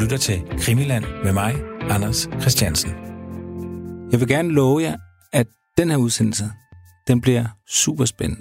lytter til Krimiland med mig, Anders Christiansen. Jeg vil gerne love jer, at den her udsendelse, den bliver super spændende.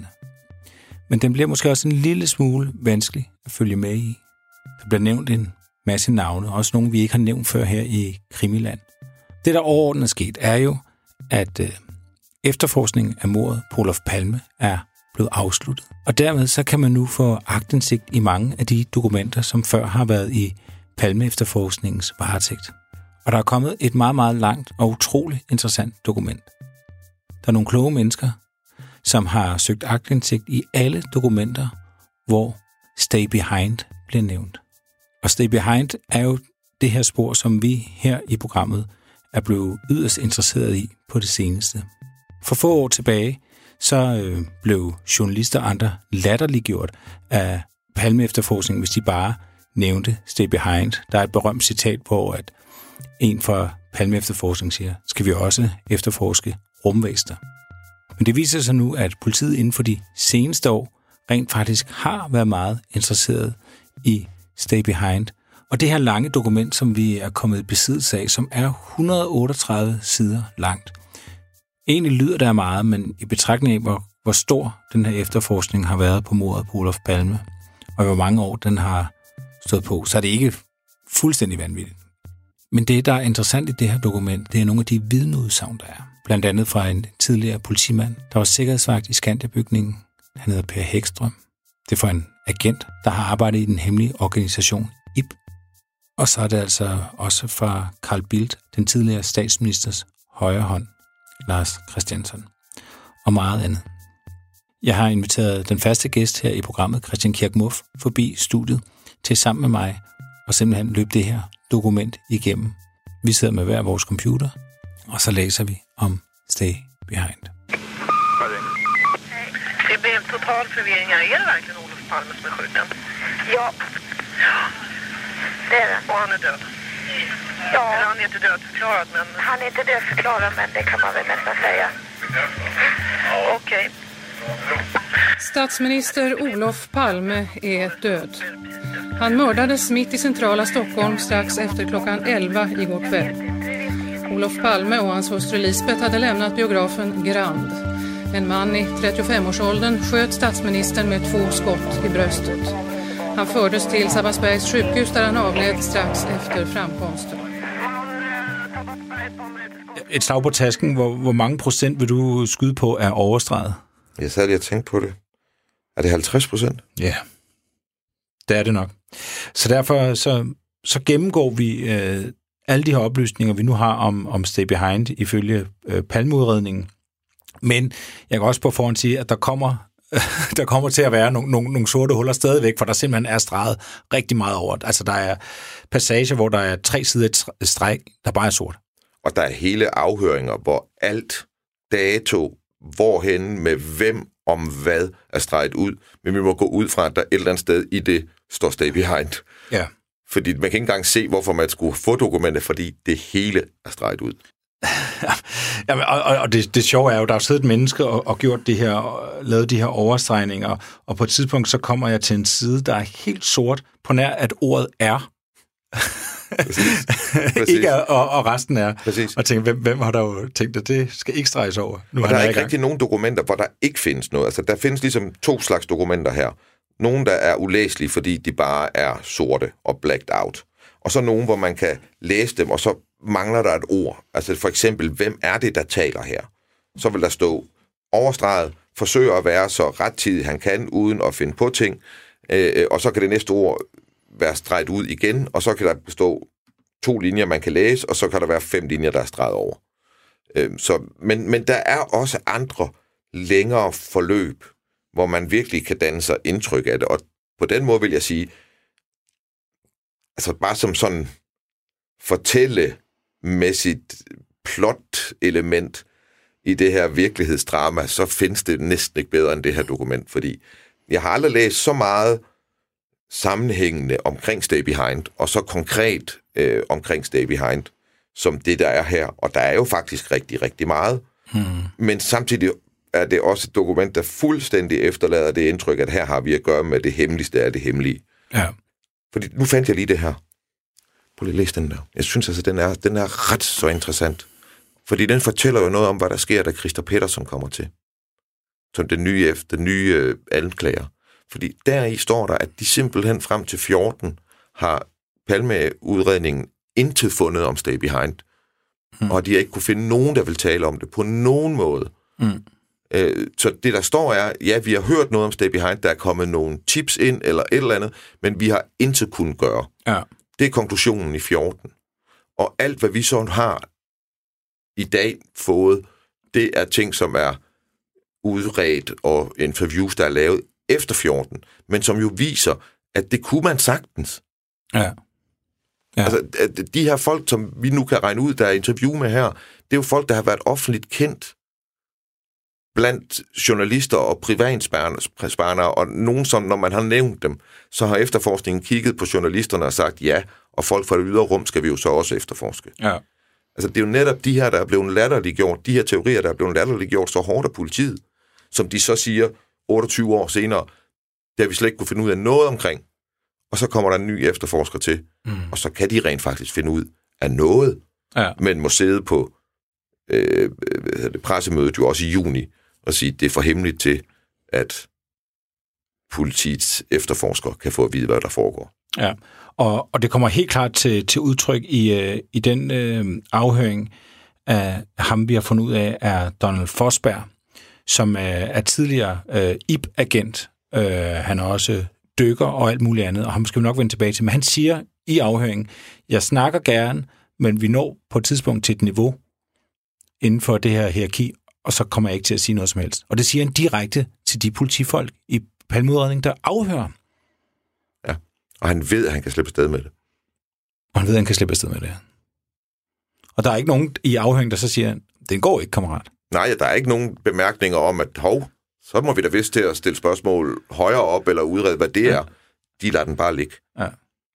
Men den bliver måske også en lille smule vanskelig at følge med i. Der bliver nævnt en masse navne, også nogle, vi ikke har nævnt før her i Krimiland. Det, der overordnet er sket, er jo, at efterforskningen af mordet på Olof Palme er blevet afsluttet. Og dermed så kan man nu få aktindsigt i mange af de dokumenter, som før har været i Palme-efterforskningens varetægt. Og der er kommet et meget, meget langt og utroligt interessant dokument. Der er nogle kloge mennesker, som har søgt aktindsigt i alle dokumenter, hvor Stay Behind bliver nævnt. Og Stay Behind er jo det her spor, som vi her i programmet er blevet yderst interesseret i på det seneste. For få år tilbage, så blev journalister og andre latterliggjort af Palme-efterforskningen, hvis de bare nævnte Stay Behind. Der er et berømt citat på, at en fra Palme-efterforskningen siger, skal vi også efterforske rumvæsener. Men det viser sig nu, at politiet inden for de seneste år rent faktisk har været meget interesseret i Stay Behind. Og det her lange dokument, som vi er kommet i besiddelse af, som er 138 sider langt. Egentlig lyder der meget, men i betragtning af, hvor stor den her efterforskning har været på mordet på Olof Palme, og hvor mange år den har stået på, så er det ikke fuldstændig vanvittigt. Men det, der er interessant i det her dokument, det er nogle af de vidneudsagn, der er. Blandt andet fra en tidligere politimand, der var sikkerhedsvagt i Skandia-bygningen. Han hedder Per Hækstrøm. Det er fra en agent, der har arbejdet i den hemmelige organisation IP. Og så er det altså også fra Carl Bildt, den tidligere statsministers højre hånd, Lars Christiansen, og meget andet. Jeg har inviteret den faste gæst her i programmet, Christian Kirk Muff, forbi studiet til sammen med mig og simpelthen løbe det her dokument igennem. Vi sidder med hver vores computer, og så læser vi om Stay Behind. Det blev total förvirring. Är det verkligen Olof Palme som är skjuten? Ja. Det är det. Och han är död? Ja. Eller han är inte dödförklarad, men... Han är inte dödförklarad, men det kan man väl nästan säga. Okej. Statsminister Olof Palme är död. Han mördades mitt i centrala Stockholm strax efter klockan 11 igår kväll. Olof Palme och hans hustru Lisbeth hade lämnat biografen Grand. En man i 35-årsåldern sköt statsministern med 2 skott i bröstet. Han fördes till Sabbatsbergs sjukhus där han avled strax efter framkomsten. Et slag på tasken, hvor mange procent vil du skyde på er overstreget? Jeg sad lige og tænkte på det. Er det 50%? Ja, det er det nok. Så derfor så gennemgår vi alle de her oplysninger, vi nu har om Stay Behind ifølge Palmeudredningen. Men jeg kan også på forhånd sige, at der kommer til at være nogle sorte huller stadigvæk, for der simpelthen er streget rigtig meget over. Altså der er passager, hvor der er 3 sider streg, der bare er sort. Og der er hele afhøringer, hvor alt dato, hvorhen, med hvem, om hvad er streget ud. Men vi må gå ud fra, at der et eller andet sted i det står Stay Behind. Ja. Fordi man kan ikke engang se, hvorfor man skulle få dokumentet, fordi det hele er streget ud. Ja, og det sjove er jo, der er siddet et menneske og gjort det her, lavet de her overstregninger, og på et tidspunkt så kommer jeg til en side, der er helt sort, på nær at ordet er. Præcis. Ikke og resten er. Præcis. Og tænker, hvem har der jo tænkt, at det skal ikke streges over? Nu og der er ikke rigtig nogen dokumenter, hvor der ikke findes noget. Altså, der findes ligesom 2 slags dokumenter her. Nogle, der er ulæselige, fordi de bare er sorte og blacked out. Og så nogle, hvor man kan læse dem, og så mangler der et ord. Altså for eksempel, hvem er det, der taler her? Så vil der stå overstreget, forsøger at være så rettidig han kan, uden at finde på ting. Og så kan det næste ord være streget ud igen, og så kan der bestå 2 linjer, man kan læse, og så kan der være 5 linjer, der er streget over. Men der er også andre længere forløb, hvor man virkelig kan danne sig indtryk af det. Og på den måde vil jeg sige, altså bare som sådan fortællemæssigt plot-element i det her virkelighedsdrama, så findes det næsten ikke bedre end det her dokument, fordi jeg har aldrig læst så meget sammenhængende omkring Stay Behind, og så konkret omkring Stay Behind, som det, der er her. Og der er jo faktisk rigtig, rigtig meget. Men samtidig er det også et dokument, der fuldstændig efterlader det indtryk, at her har vi at gøre med det hemmeligste af det hemmelige. Ja. Fordi nu fandt jeg lige det her. Prøv lige at læse den der. Jeg synes altså, den er ret så interessant. Fordi den fortæller jo noget om, hvad der sker, da Christer Pettersson kommer til. Som den nye anklager. Fordi deri står der, at de simpelthen frem til 14 har Palme-udredningen intet fundet om Stay Behind. Og de har ikke kunne finde nogen, der vil tale om det på nogen måde. Så det, der står er, ja, vi har hørt noget om Stay Behind, der er kommet nogle tips ind, eller et eller andet, men vi har intet kunnet gøre. Ja. Det er konklusionen i 14. Og alt, hvad vi så har i dag fået, det er ting, som er udredt og interviews, der er lavet efter 14, men som jo viser, at det kunne man sagtens. Ja. Altså, de her folk, som vi nu kan regne ud, der er interview med her, det er jo folk, der har været offentligt kendt blandt journalister og privatspanere, og nogen, som, når man har nævnt dem, så har efterforskningen kigget på journalisterne og sagt ja, og folk fra det ydre rum skal vi jo så også efterforske. Ja. Altså, det er jo netop de her, der er blevet latterliggjort, de her teorier, der er blevet latterliggjort så hårdt af politiet, som de så siger 28 år senere, det har vi slet ikke kunne finde ud af noget omkring. Og så kommer der en ny efterforsker til, og så kan de rent faktisk finde ud af noget, men må sidde på pressemødet jo også i juni og sige, det er for hemmeligt til, at politiets efterforsker kan få at vide, hvad der foregår. Ja, og det kommer helt klart til udtryk i den afhøring af ham, vi har fundet ud af, er Donald Forsberg, som er tidligere IP-agent. Han er også dykker og alt muligt andet, og ham skal vi nok vende tilbage til. Men han siger i afhøringen, jeg snakker gerne, men vi når på et tidspunkt til et niveau inden for det her hierarki, og så kommer jeg ikke til at sige noget som helst. Og det siger han direkte til de politifolk i Palmeudredningen, der afhører. Ja, og han ved, at han kan slippe afsted med det. Og han ved, at han kan slippe afsted med det. Og der er ikke nogen i afhøringen, der så siger, det går ikke, kammerat. Nej, der er ikke nogen bemærkninger om, at så må vi da vist til at stille spørgsmål højere op, eller udrede, hvad det er. De lader den bare ligge. Ja.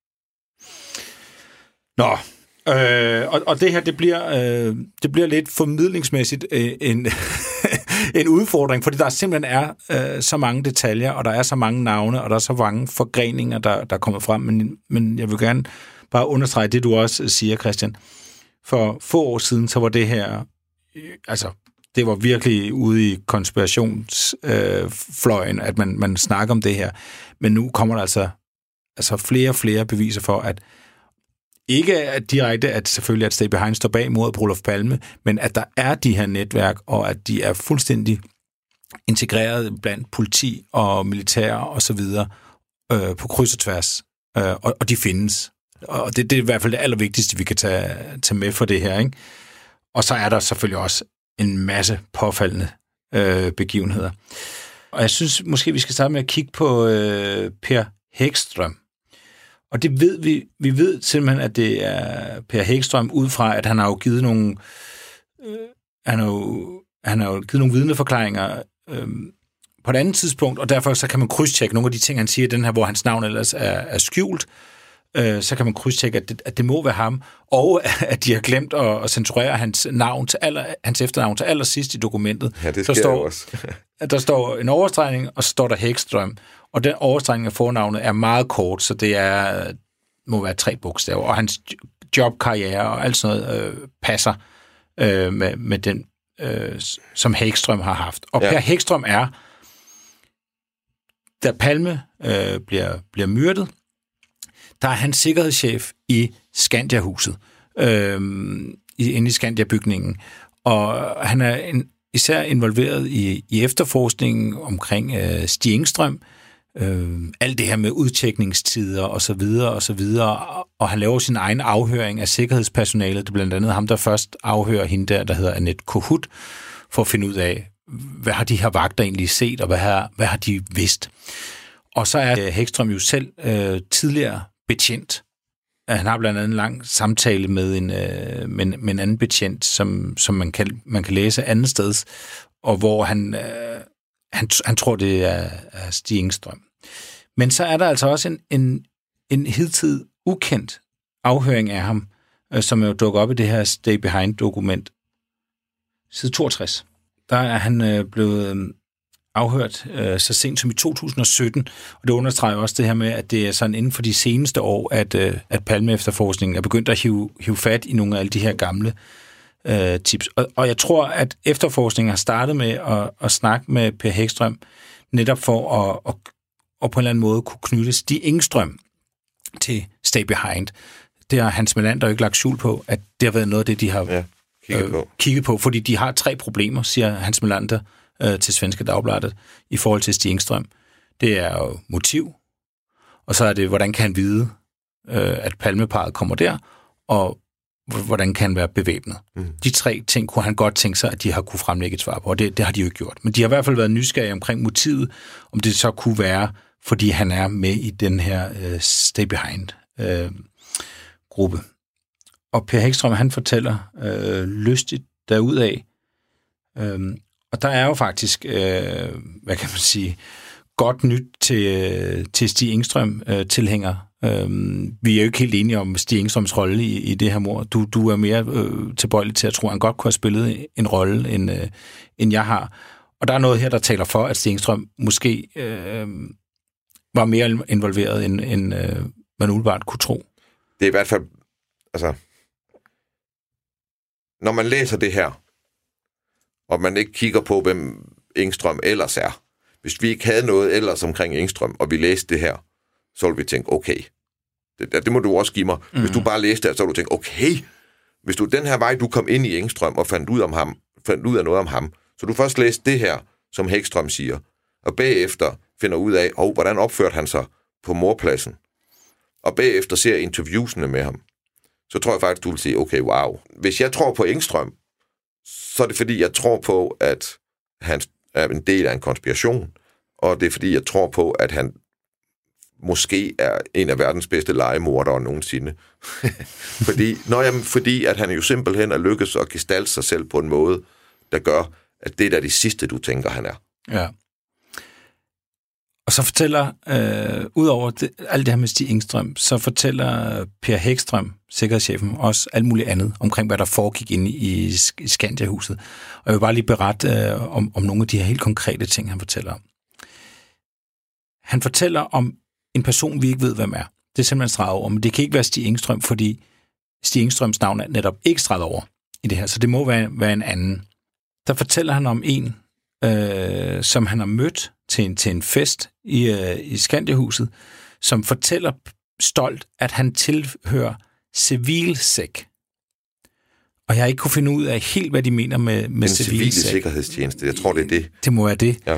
Nå, og det her, det bliver lidt formidlingsmæssigt en udfordring, fordi der simpelthen er så mange detaljer, og der er så mange navne, og der er så mange forgreninger, der er kommet frem. Men jeg vil gerne bare understrege det, du også siger, Christian. For få år siden, så var det her, det var virkelig ude i konspirationsfløjen, at man snakker om det her. Men nu kommer der altså flere og flere beviser for, at ikke at direkte, at selvfølgelig at Stay Behind står bag mordet på Olof Palme, men at der er de her netværk, og at de er fuldstændig integreret blandt politi og militær og så videre på kryds og tværs. Og de findes. Og det er i hvert fald det allervigtigste, vi kan tage med for det her, ikke? Og så er der selvfølgelig også en masse påfaldende begivenheder. Og jeg synes måske, vi skal starte med at kigge på Per Hæggström. Og det ved vi ved simpelthen, at det er Per Hæggström ud fra, at han har jo givet nogle han har jo givet nogle vidneforklaringer på et andet tidspunkt, og derfor så kan man krydstjekke nogle af de ting, han siger i den her, hvor hans navn ellers er skjult. Så kan man krydstjekke, at det må være ham, og at de har glemt at censurere hans efternavn til allersidst i dokumentet. Ja, det sker også. Der står en overstregning, og så står der Hæggström, og den overstregning af fornavnet er meget kort, så det må være 3 bogstaver, og hans jobkarriere og alt sådan noget passer med den, som Hæggström har haft. Og Per Hæggström er, da Palme bliver myrdet, der er han sikkerhedschef i Skandia-huset, inde i Skandia-bygningen. Og han er især involveret i efterforskningen omkring Stig Engström, alt det her med udtjekningstider og så videre, og han laver sin egen afhøring af sikkerhedspersonalet. Det er blandt andet ham, der først afhører hende der hedder Annette Kohut, for at finde ud af, hvad har de her vagter egentlig set, og hvad har de vidst. Og så er Hæggström jo selv tidligere betjent. Han har blandt andet en lang samtale med en anden betjent, som man kan læse andet sted, og hvor han tror, det er Stig Engström. Men så er der altså også en hidtil ukendt afhøring af ham, som jo dukker op i det her Stay Behind-dokument. Side 62. Der er han blevet afhørt så sent som i 2017, og det understreger også det her med, at det er sådan inden for de seneste år, at Palme-efterforskningen er begyndt at hive fat i nogle af alle de her gamle tips. Og jeg tror, at efterforskningen har startet med at snakke med Per Hækstrøm, netop for at på en eller anden måde kunne knytte Stig Engstrøm til Stay Behind. Det har Hans Melander jo ikke lagt skjul på, at det har været noget af det, de har kigget på, fordi de har 3 problemer, siger Hans Melander til Svenska Dagbladet i forhold til Stig Engstrøm. Det er jo motiv, og så er det, hvordan kan han vide, at Palmeparret kommer der, og hvordan kan han være bevæbnet. De 3 ting kunne han godt tænke sig, at de har kunne fremlægge et svar på, og det har de jo ikke gjort. Men de har i hvert fald været nysgerrige omkring motivet, om det så kunne være, fordi han er med i den her Stay Behind-gruppe. Og Per Hækstrøm, han fortæller lystigt derudaf, og der er jo faktisk, hvad kan man sige, godt nyt til Stig Engstrøm tilhænger. Vi er jo ikke helt enige om Stig Engstrøms rolle i det her mord. Du er mere tilbøjelig til at tro, at han godt kunne have spillet en rolle, end jeg har. Og der er noget her, der taler for, at Stig Engstrøm måske var mere involveret, end man umiddelbart kunne tro. Det er i hvert fald, altså, når man læser det her, og man ikke kigger på, hvem Engstrøm ellers er. Hvis vi ikke havde noget ellers omkring Engstrøm, og vi læste det her, så ville vi tænke, okay, det må du også give mig. Hvis du bare læste det, så ville du tænke, okay, hvis du den her vej, du kom ind i Engstrøm og fandt ud af noget om ham, så du først læste det her, som Hækstrøm siger, og bagefter finder ud af, hvordan opførte han sig på mordpladsen, og bagefter ser interviewsene med ham, så tror jeg faktisk, du vil sige, okay, wow. Hvis jeg tror på Engstrøm, så er det fordi, jeg tror på, at han er en del af en konspiration, og det er fordi, jeg tror på, at han måske er en af verdens bedste legemordere nogensinde. fordi at han jo simpelthen er lykkes at gestalte sig selv på en måde, der gør, at det er det sidste, du tænker, han er. Ja. Og så fortæller, udover alt det her med Stig Engstrøm, så fortæller Per Hækstrøm, sikkerhedschefen, også alt muligt andet omkring, hvad der foregik inde i Skandia-huset. Og jeg vil bare lige berette om nogle af de her helt konkrete ting, han fortæller om. Han fortæller om en person, vi ikke ved, hvem er. Det er simpelthen streget over, men det kan ikke være Stig Engstrøm, fordi Stig Engstrøms navn er netop ikke streget over i det her, så det må være en anden. Der fortæller han om en, som han har mødt til en fest i Skandia-huset, som fortæller stolt, at han tilhører Civilsec. Og jeg har ikke kunne finde ud af helt, hvad de mener med den civile sikkerhedstjeneste. Jeg tror, det er det. Det må være det. Ja.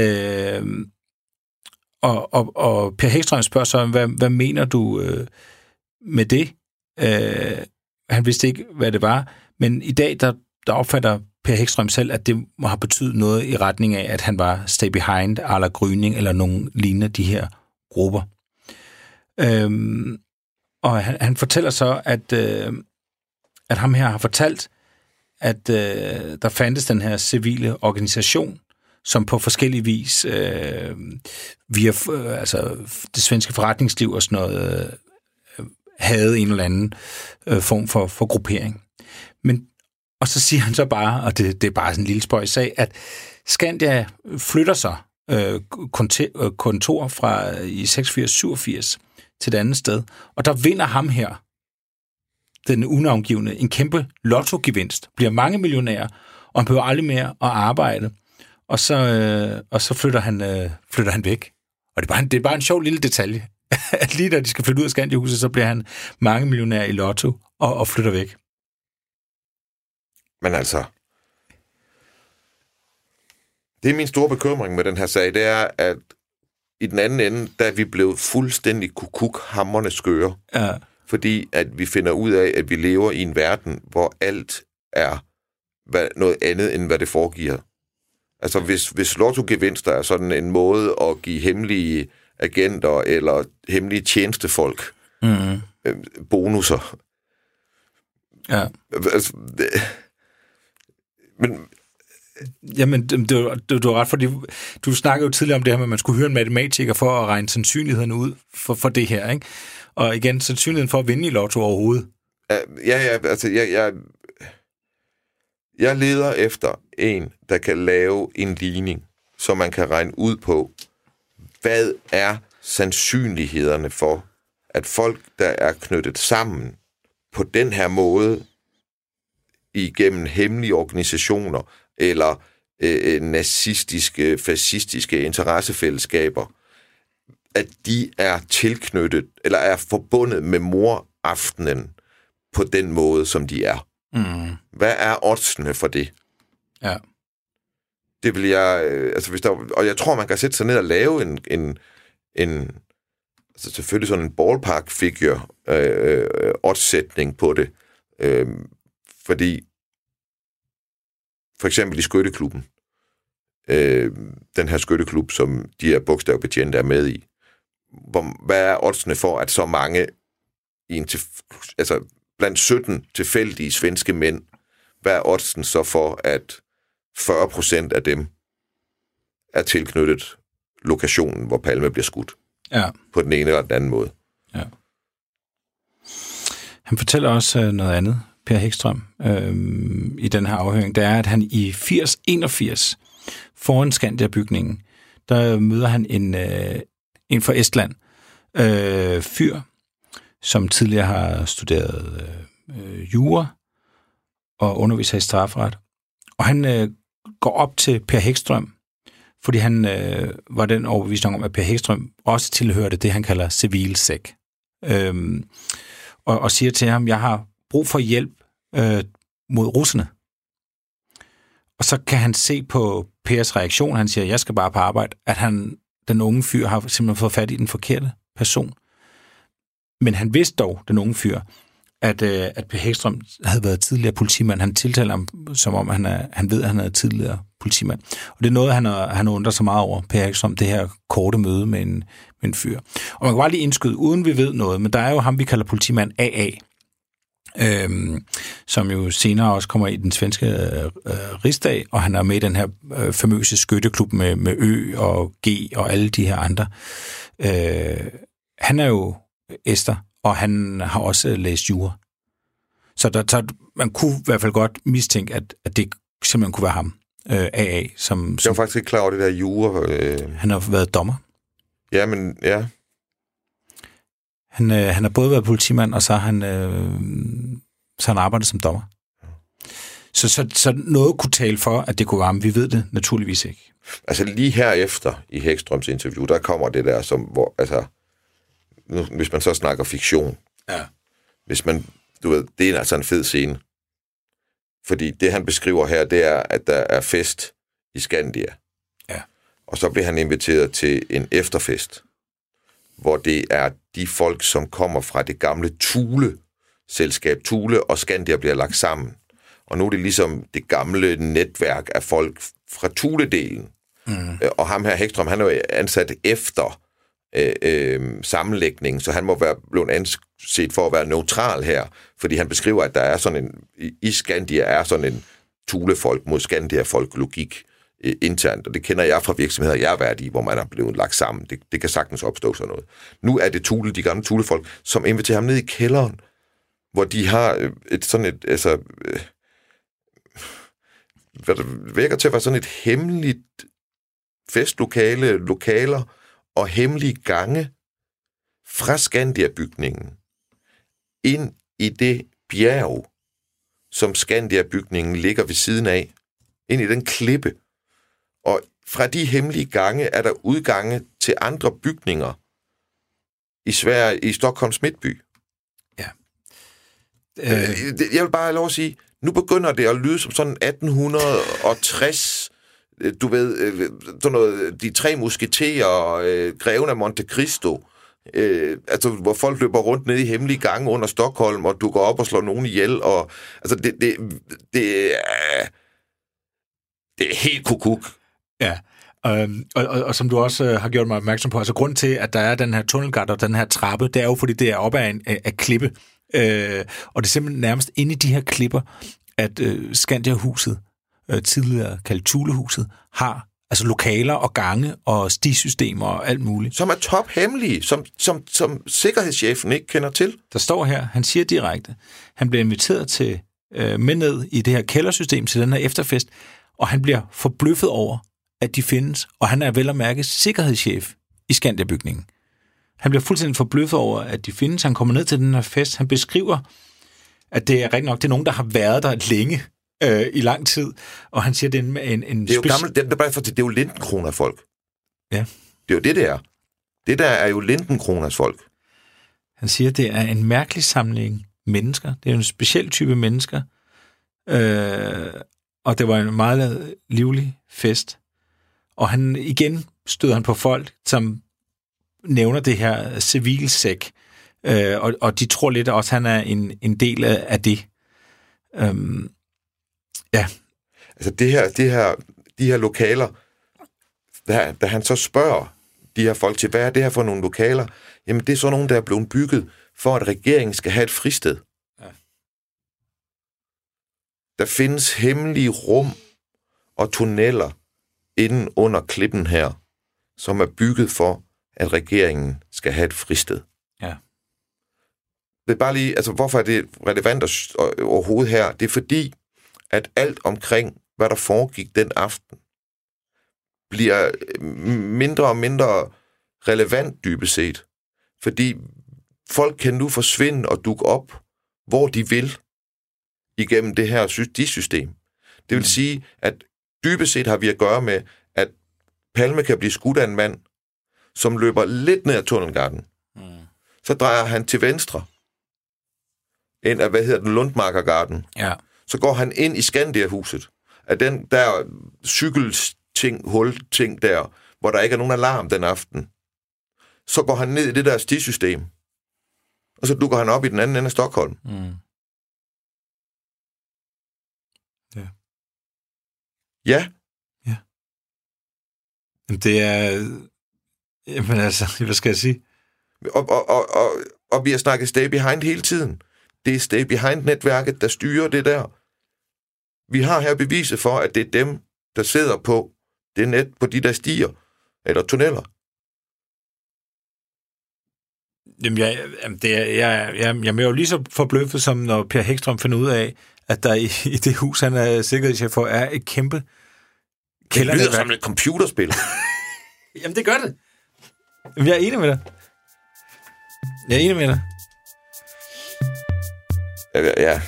Og Per Hækstrøm spørger så, hvad mener du med det? Han vidste ikke, hvad det var, men i dag, der opfatter Per Hækstrøm selv, at det må have betydet noget i retning af, at han var Stay Behind, eller Gryning, eller nogle lignende de her grupper. Og han fortæller så, at ham her har fortalt, at der fandtes den her civile organisation, som på forskellige vis via det svenske forretningsliv og sådan noget havde en eller anden form for gruppering. Og så siger han så bare, og det er bare sådan en lille spøjs sag, at Skandia flytter sig kontor fra i 86-87 til et andet sted, og der vinder ham her, den unavngivne, en kæmpe lottogevinst, bliver mange millionærer, og han behøver aldrig mere at arbejde, og så flytter han væk. Og det er bare en sjov lille detalje, at lige da de skal flytte ud af Skandia-huset, så bliver han mange millionærer i lotto og flytter væk. Men altså, det er min store bekymring med den her sag, det er, at i den anden ende, der er vi blevet fuldstændig kukuk-hamrende skøre. Ja. Fordi at vi finder ud af, at vi lever i en verden, hvor alt er noget andet, end hvad det foregiver. Altså, hvis lottogevinster er sådan en måde at give hemmelige agenter eller hemmelige tjenestefolk bonusser. Ja. Altså, men jamen, du har ret, fordi du snakkede jo tidligere om det her med, at man skulle høre en matematiker for at regne sandsynligheden ud for det her, ikke? Og igen, sandsynligheden for at vinde i lotto overhovedet. Jeg leder efter en, der kan lave en ligning, så man kan regne ud på, hvad er sandsynlighederne for, at folk, der er knyttet sammen på den her måde, igennem hemmelige organisationer, eller nazistiske, fascistiske interessefællesskaber, at de er tilknyttet, eller er forbundet med moraftenen på den måde, som de er. Mm. Hvad er oddsene for det? Ja. Det vil jeg... og jeg tror, man kan sætte sig ned og lave en altså selvfølgelig sådan en ballpark figure oddsætning på det. Fordi for eksempel i skytteklubben, den her skytteklub, som de her bogstavbetjente er med i, hvad er oddsene for, at så mange blandt 17 tilfældige svenske mænd, hvad er oddsen så for, at 40% af dem er tilknyttet lokationen, hvor Palme bliver skudt? Ja. På den ene eller den anden måde. Ja. Han fortæller også noget andet, Per Hækstrøm, i den her afhøring. Det er, at han i 81 foran Skandia-bygningen, der møder han en fra Estland, fyr, som tidligere har studeret jura og underviser i strafferet. Og han går op til Per Hækstrøm, fordi han var den overbevisning om, at Per Hækstrøm også tilhørte det, han kalder civilsec. Og siger til ham, jeg har brug for hjælp mod russerne. Og så kan han se på Pers reaktion, han siger, jeg skal bare på arbejde, at den unge fyr har simpelthen fået fat i den forkerte person. Men han vidste dog, den unge fyr, at Per Hækstrøm havde været tidligere politimand. Han tiltaler ham, som om han ved, at han er tidligere politimand. Og det er noget, han undrer sig meget over, Per Hækstrøm, det her korte møde med en fyr. Og man kan bare lige indskyde, uden vi ved noget, men der er jo ham, vi kalder politimand AA, som jo senere også kommer i den svenske rigsdag, og han er med i den her famøse skytteklub med Ø og G og alle de her andre. Han er jo ester, og han har også læst jura. Så man kunne i hvert fald godt mistænke, at det simpelthen kunne være ham, AA. Som jeg var faktisk ikke klar over det der jura. Han har været dommer. Ja, men ja. Han har både været politimand, og så har han arbejdet som dommer. Så noget kunne tale for, at det kunne være ham. Vi ved det naturligvis ikke. Altså lige herefter i Hækstrøms interview, der kommer det der, som hvor, altså, hvis man så snakker fiktion. Ja. Hvis man, du ved, det er altså en fed scene. Fordi det, han beskriver her, det er, at der er fest i Skandia. Ja. Og så bliver han inviteret til en efterfest, hvor det er de folk, som kommer fra det gamle Thule-selskab. Thule og Skandia bliver lagt sammen. Og nu er det ligesom det gamle netværk af folk fra Thule-delen. Mm. Og ham her, Hækstrøm, han er jo ansat efter sammenlægningen, så han må være blevet anset for at være neutral her, fordi han beskriver, at der er sådan en, i Skandia er sådan en Thule-folk mod Skandia-folk-logik internt, og det kender jeg fra virksomheder, jeg har været i, hvor man er blevet lagt sammen. Det kan sagtens opstå sådan noget. Nu er det Thule, de gamle Thule-folk, som inviterer ham ned i kælderen, hvor de har hvad der virker til at være sådan et hemmeligt lokaler og hemmelige gange fra Skandia-bygningen ind i det bjerg, som Skandia-bygningen ligger ved siden af, ind i den klippe. Og fra de hemmelige gange er der udgange til andre bygninger i Sverige, i Stockholms midtby. Ja. Jeg vil bare have lov at sige, nu begynder det at lyde som sådan 1860, du ved, sådan noget, de tre musketerer, greven af Monte Cristo, altså hvor folk løber rundt ned i hemmelige gange under Stockholm, og du går op og slår nogen ihjel, og altså det er helt kukuk. Ja, og som du også har gjort mig opmærksom på, altså grund til, at der er den her tunnelgat og den her trappe, det er jo fordi, det er op af klippe, og det er simpelthen nærmest inde i de her klipper, at Skandia-huset, tidligere kaldt Thule-huset, har altså lokaler og gange og stisystemer og alt muligt. Som er tophemmelige, som sikkerhedschefen ikke kender til. Der står her, han siger direkte, han bliver inviteret til med ned i det her kældersystem til den her efterfest, og han bliver forbløffet over, at de findes, og han er vel at mærke sikkerhedschef i Skandia-bygningen. Han bliver fuldstændig forbløffet over, at de findes. Han kommer ned til den her fest. Han beskriver, at det er rigtig nok, det er nogen, der har været der længe, i lang tid, og han siger, det er en det er jo gammelt, det er jo Lindencroner-folk. Ja. Det er jo det, det er. Det der er jo Lindencroners-folk. Han siger, det er en mærkelig samling mennesker. Det er en speciel type mennesker. Og det var en meget livlig fest. Og han igen støder han på folk, som nævner det her civilsæk. Og de tror lidt også, at han er en del af det. Ja. Altså de her lokaler, da han så spørger de her folk til, hvad er det her for nogle lokaler? Jamen, det er så nogle, der er blevet bygget, for at regeringen skal have et fristed. Ja. Der findes hemmelige rum og tunneller inden under klippen her, som er bygget for, at regeringen skal have et fristed. Ja. Det er bare lige, altså hvorfor er det relevant overhovedet her? Det er fordi, at alt omkring, hvad der foregik den aften, bliver mindre og mindre relevant dybest set. Fordi folk kan nu forsvinde og dukke op, hvor de vil, igennem det her system. Det vil sige, at dybest set har vi at gøre med, at Palme kan blive skudt af en mand, som løber lidt ned ad Tunnelgarden. Så drejer han til venstre, ind af, Lundmarkergarden. Ja. Så går han ind i Skandia-huset, af den der hulting der, hvor der ikke er nogen alarm den aften. Så går han ned i det der stisystem, og så dukker han op i den anden ende af Stockholm. Ja. Ja. Ja. Det er... Jamen altså, hvad skal jeg sige? Og vi har snakket Stay Behind hele tiden. Det er Stay Behind-netværket, der styrer det der. Vi har her beviset for, at det er dem, der sidder på det net, på de der stier, eller tunneller. Jamen, jeg er jo lige så forbløffet, som når Per Hækstrøm finder ud af, at der i det hus, han er sikkerhedschef for, er et kæmpe kældernetværk. Det lyder som et computerspil. Jamen, det gør det. Jamen, jeg er enig med dig. Ja.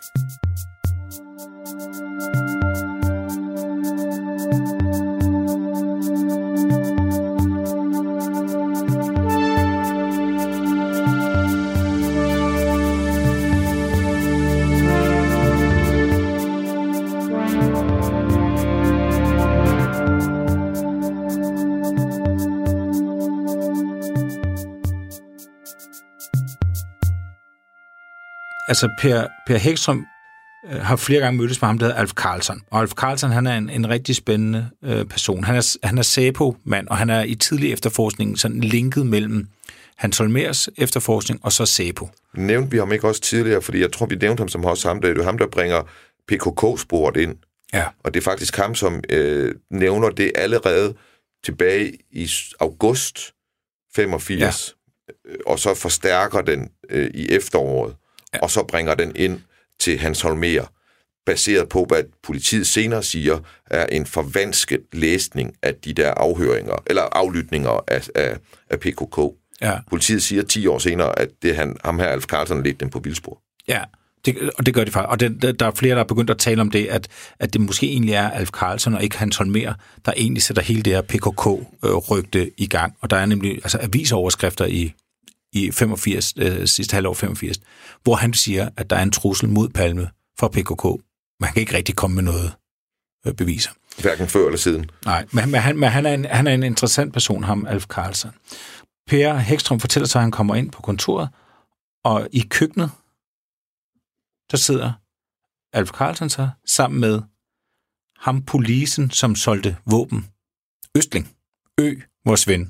Altså, Per Hækstrøm har flere gange mødtes med ham, der hedder Alf Karlsson. Og Alf Karlsson, han er en rigtig spændende person. Han er SÄPO-mand, og han er i tidlig efterforskning sådan linket mellem Hans Holmérs efterforskning og så SÄPO. Nævnte vi ham ikke også tidligere, fordi jeg tror, vi nævnte ham som også ham, det er jo ham, der bringer PKK-sporet ind. Ja. Og det er faktisk ham, som nævner det allerede tilbage i august 85, og så forstærker den i efteråret. Ja. Og så bringer den ind til Hans Holmér, baseret på, hvad politiet senere siger, er en forvansket læsning af de der afhøringer, eller aflytninger af PKK. Ja. Politiet siger 10 år senere, at det ham her, Alf Karlsson, ledte dem på vildspor. Ja, og det gør de faktisk. Og der er flere, der er begyndt at tale om det, at det måske egentlig er Alf Karlsson og ikke Hans Holmér, der egentlig sætter hele det her PKK-rygte i gang. Og der er nemlig altså avisoverskrifter i 85, sidste halvår 85, hvor han siger, at der er en trussel mod Palme fra PKK. Man kan ikke rigtig komme med noget beviser. Hverken før eller siden. Nej, men han er en interessant person, ham Alf Karlsson. Per Hækstrøm fortæller sig, at han kommer ind på kontoret, og i køkkenet, der sidder Alf Karlsson så sammen med ham polisen, som solgte våben. Østling. Vores ven.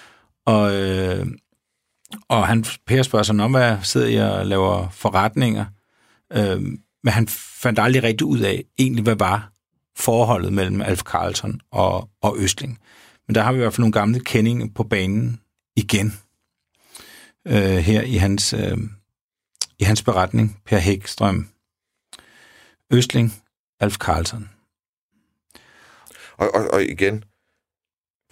Og Per spørger sig om, hvad sidder jeg og laver forretninger. Men han fandt aldrig rigtig ud af, egentlig hvad var forholdet mellem Alf Karlsson og Østling. Men der har vi i hvert fald nogle gamle kendinger på banen igen. Her i hans beretning, Per Hækstrøm, Østling, Alf Karlsson. Og igen,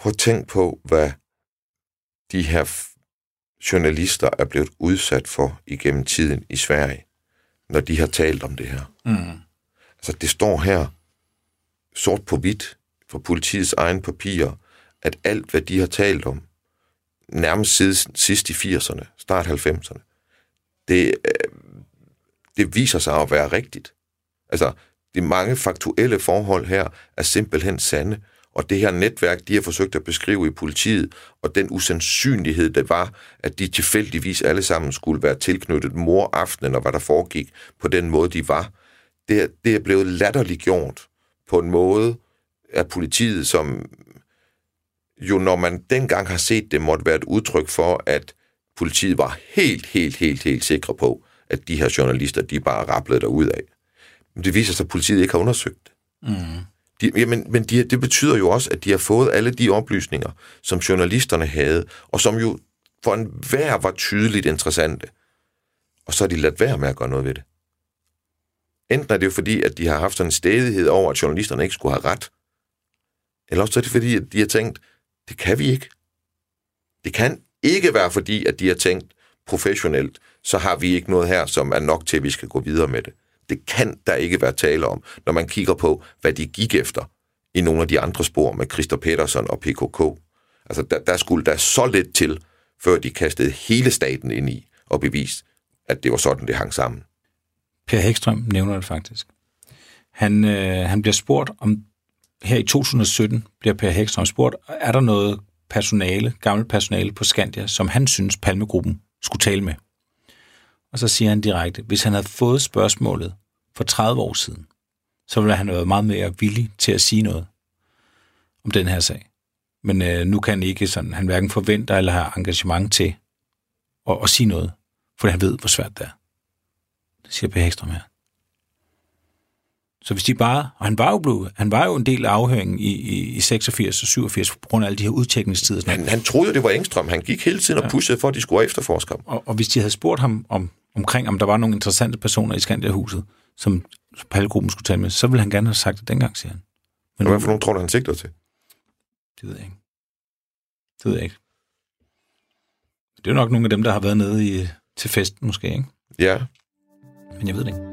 Prøv at tænke på, hvad de her journalister er blevet udsat for igennem tiden i Sverige, når de har talt om det her. Altså, det står her sort på hvidt fra politiets egen papirer, at alt, hvad de har talt om, nærmest sidst i 80'erne, start 90'erne, det viser sig at være rigtigt. Altså, de mange faktuelle forhold her er simpelthen sande, og det her netværk, de har forsøgt at beskrive i politiet, og den usandsynlighed, det var, at de tilfældigvis alle sammen skulle være tilknyttet moraftenen, og hvad der foregik på den måde, de var, det er blevet latterliggjort på en måde af politiet, som jo, når man dengang har set det, måtte være et udtryk for, at politiet var helt sikre på, at de her journalister, de bare rablede derudad. Men det viser sig, at politiet ikke har undersøgt det. Det betyder jo også, at de har fået alle de oplysninger, som journalisterne havde, og som jo for enhver var tydeligt interessante. Og så har de ladt være med at gøre noget ved det. Enten er det jo fordi, at de har haft sådan en stædighed over, at journalisterne ikke skulle have ret, eller også er det fordi, at de har tænkt, det kan vi ikke. Det kan ikke være fordi, at de har tænkt professionelt, så har vi ikke noget her, som er nok til, at vi skal gå videre med det. Det kan der ikke være tale om, når man kigger på, hvad de gik efter i nogle af de andre spor med Christer Pettersson og PKK. Altså, der skulle der så lidt til, før de kastede hele staten ind i og beviste, at det var sådan, det hang sammen. Per Hækstrøm nævner det faktisk. Han bliver spurgt om, her i 2017 bliver Per Hækstrøm spurgt, er der noget gammelt personale på Skandia, som han synes Palmegruppen skulle tale med? Og så siger han direkte, hvis han havde fået spørgsmålet for 30 år siden, så ville han have været meget mere villig til at sige noget om den her sag. Men nu kan han ikke sådan, han hverken forventer eller har engagement til at sige noget, for han ved, hvor svært det er. Det siger Per Hækstrøm her. Så hvis de bare, og han var jo en del af afhøringen i 86 og 87 på grund af alle de her udtjekningstider. Han troede, det var Engstrøm. Han gik hele tiden og pushede for, at de skulle efterforske ham. Og hvis de havde spurgt ham omkring, om der var nogle interessante personer i Skandia-huset, som Palmegruppen skulle tale med, så ville han gerne have sagt det dengang, siger han. Men hvad for nogen tror du, han sigter til? Det ved jeg ikke. Det er jo nok nogle af dem, der har været nede til festen måske, ikke? Ja. Men jeg ved det ikke.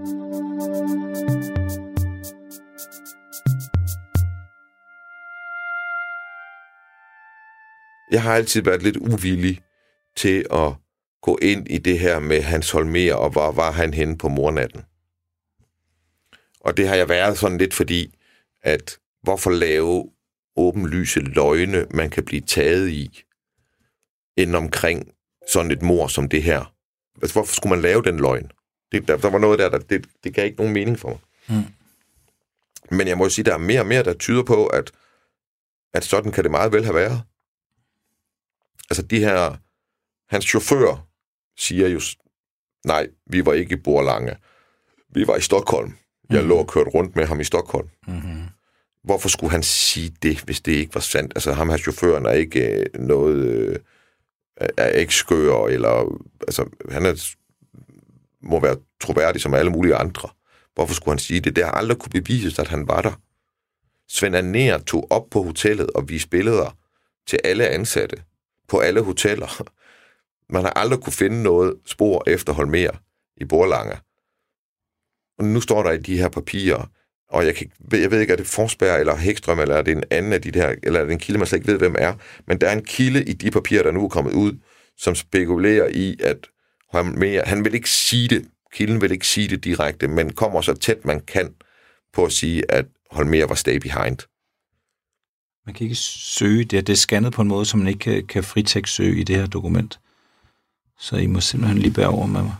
Jeg har altid været lidt uvillig til at gå ind i det her med Hans Holmér, og hvor var han henne på mornatten. Og det har jeg været sådan lidt fordi, at hvorfor lave åbenlyse løgne, man kan blive taget i, inden omkring sådan et mord som det her. Altså, hvorfor skulle man lave den løgn? Der var noget der det gav ikke nogen mening for mig. Men jeg må sige, der er mere og mere, der tyder på, at sådan kan det meget vel have været. Altså de her, hans chauffør siger jo, nej, vi var ikke i Borlänge. Vi var i Stockholm. Jeg lå og kørte rundt med ham i Stockholm. Mm-hmm. Hvorfor skulle han sige det, hvis det ikke var sandt? Altså ham her chaufføren er ikke noget, er ikke skør, eller, altså han må være troværdig som alle mulige andre. Hvorfor skulle han sige det? Det har aldrig kunne bevises, at han var der. Svend Anér tog op på hotellet og viste billeder til alle ansatte på alle hoteller. Man har aldrig kunne finde noget spor efter Holmér i Borlänge. Og nu står der i de her papirer, og jeg ved ikke, er det Forsberg eller Hækstrøm, eller er det en anden af de der, eller er det en kilde, man slet ikke ved, hvem er. Men der er en kilde i de papirer, der nu er kommet ud, som spekulerer i, at Holmér, han vil ikke sige det, kilden vil ikke sige det direkte, men kommer så tæt man kan på at sige, at Holmér var stay behind. Man kan ikke søge det. Det er scannet på en måde, som man ikke kan fritekst-søge i det her dokument. Så I må simpelthen lige bære over med mig.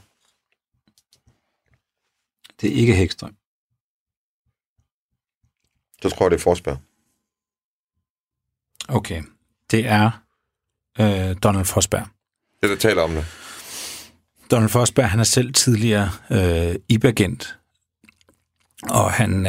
Det er ikke Hækstrøm. Så tror jeg, det er Forsberg. Okay. Det er Donald Forsberg. Det, der taler om det. Donald Forsberg, han er selv tidligere IB-agent. Og han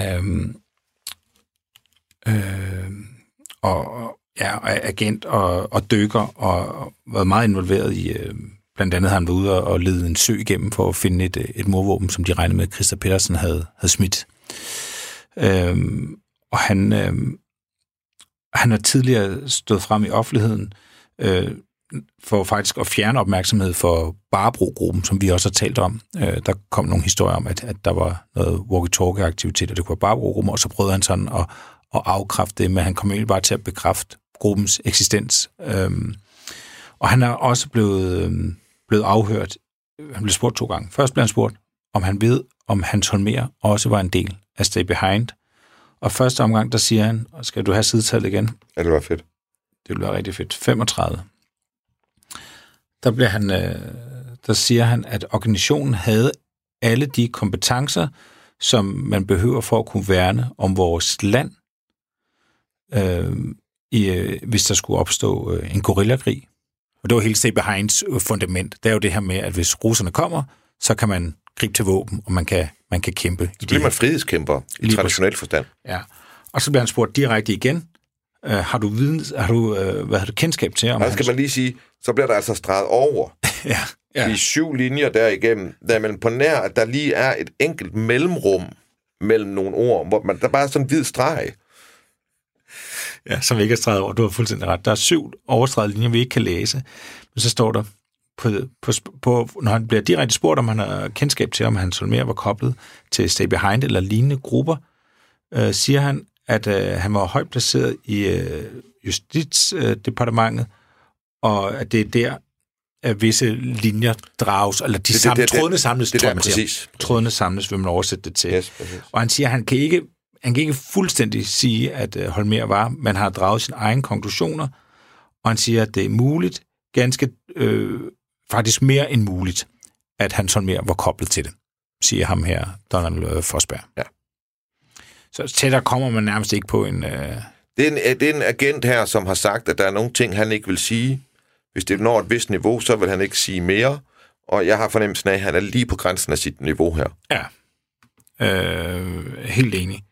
er agent og dykker, og været meget involveret i, blandt andet har han været ude og lede en sø igennem for at finde et mordvåben, som de regnede med, at Christer Pettersson havde smidt. Og han han har tidligere stået frem i offentligheden for faktisk at fjerne opmærksomhed for Barbro-gruppen, som vi også har talt om. Der kom nogle historier om, at der var noget walkie-talkie-aktivitet, og det kunne være Barbro-gruppen, og så prøvede han sådan at afkræfte det, men han kom egentlig bare til at bekræfte gruppens eksistens. Og han er også blevet afhørt. Han blev spurgt 2 gange. Først blev han spurgt, om han ved, om Hans Holmér også var en del af Stay Behind. Og første omgang, der siger han, og skal du have sidetallet igen? Ja, det var fedt. Det ville være rigtig fedt. 35. Der siger han, at organisationen havde alle de kompetencer, som man behøver for at kunne værne om vores land, hvis der skulle opstå en guerillakrig. Og det var hele Stay Behinds fundament. Det er jo det her med, at hvis russerne kommer, så kan man gribe til våben, og man kan kæmpe. Så bliver man frihedskæmper i traditionel forstand. Ja. Og så bliver han spurgt direkte igen. Har du kendskab til? Og skal man lige sige, så bliver der altså streget over. Ja. De 7 linjer derigennem, der er mellem på nær, at der lige er et enkelt mellemrum mellem nogle ord, hvor der bare er sådan en hvid streg. Ja, som vi ikke er streget over. Du har fuldstændig ret. Der er 7 overstregede linjer, vi ikke kan læse. Men så står der, når han bliver direkte spurgt, om han har kendskab til, om Hans Holmér var koblet til Stay Behind eller lignende grupper, siger han, at han var højt placeret i Justitsdepartementet, og at det er der, at visse linjer drages, eller trådene samles, trådene samles, vil man oversætte det til. Yes, og han siger, at han kan ikke fuldstændig sige, at Holmér var, man har draget sine egne konklusioner, og han siger, at det er muligt, faktisk mere end muligt, at Hans Holmér var koblet til det, siger ham her, Donald Forsberg. Ja. Så tættere kommer man nærmest ikke på en... Det er en agent her, som har sagt, at der er nogle ting, han ikke vil sige. Hvis det når et vist niveau, så vil han ikke sige mere. Og jeg har fornemmelsen af, at han er lige på grænsen af sit niveau her. Ja. Helt enig.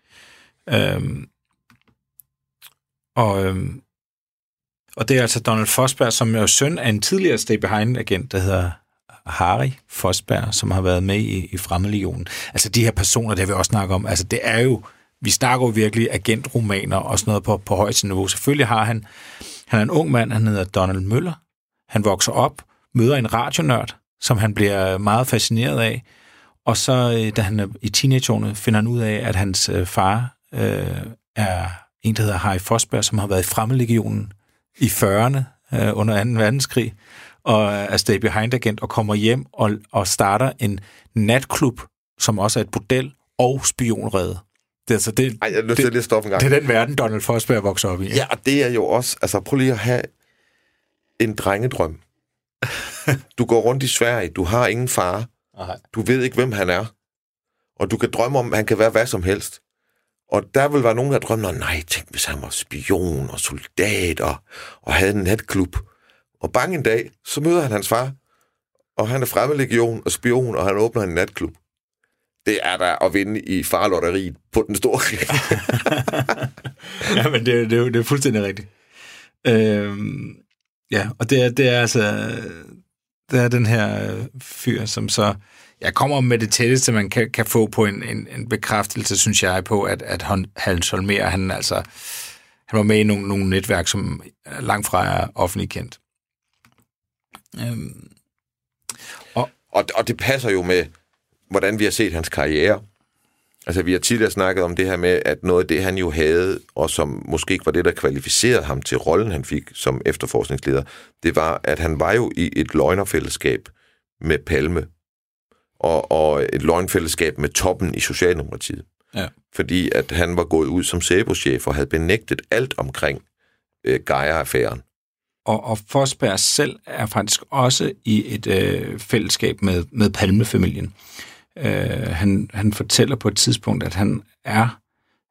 Og det er altså Donald Forsberg, som er søn af en tidligere Stay Behind-agent, der hedder Harry Forsberg, som har været med i Fremmedlegionen. Altså de her personer, der vi også snakker om, altså det er jo, vi snakker jo virkelig agentromaner og sådan noget på højeste niveau. Selvfølgelig har han er en ung mand, han hedder Donald Møller. Han vokser op, møder en radionørd, som han bliver meget fascineret af, og så, da han er i teenageårene, finder han ud af, at hans far er en, der hedder Harry Forsberg, som har været i Fremmedlegionen i 40'erne under 2. verdenskrig, og er Stay Behind-agent, og kommer hjem og starter en natklub, som også er et bordel og spionrede. Det er altså det. Ej, jeg har lyst til at lige stoppe en gang. Det er den verden, Donald Forsberg vokser op i. Ja, og det er jo også, altså prøv lige at have en drengedrøm. Du går rundt i Sverige, du har ingen far, du ved ikke, hvem han er, og du kan drømme om, at han kan være hvad som helst. Og der vil være nogen, der drømmer, nej, tænk, hvis han var spion og soldat og havde en natklub. Og bang en dag, så møder han hans far, og han er Fremmedlegion og spion, og han åbner en natklub. Det er der at vinde i farlotteriet på den store. Ja, men det er fuldstændig rigtigt. Ja, og det er altså... Det er den her fyr, som så... Jeg kommer med det tætteste, man kan få på en bekræftelse, synes jeg, på, at Hans Holmér, han var med i nogle netværk, som langt fra er offentligt kendt. Og det passer jo med, hvordan vi har set hans karriere. Altså, vi har tidligere snakket om det her med, at noget af det, han jo havde, og som måske ikke var det, der kvalificerede ham til rollen, han fik som efterforskningsleder, det var, at han var jo i et løgnerfællesskab med Palme, og et løgnfællesskab med toppen i Socialdemokratiet. Ja. Fordi at han var gået ud som SÄPO-chef og havde benægtet alt omkring Geyer-affæren. Og Forsberg selv er faktisk også i et fællesskab med Palme-familien. Han fortæller på et tidspunkt, at han er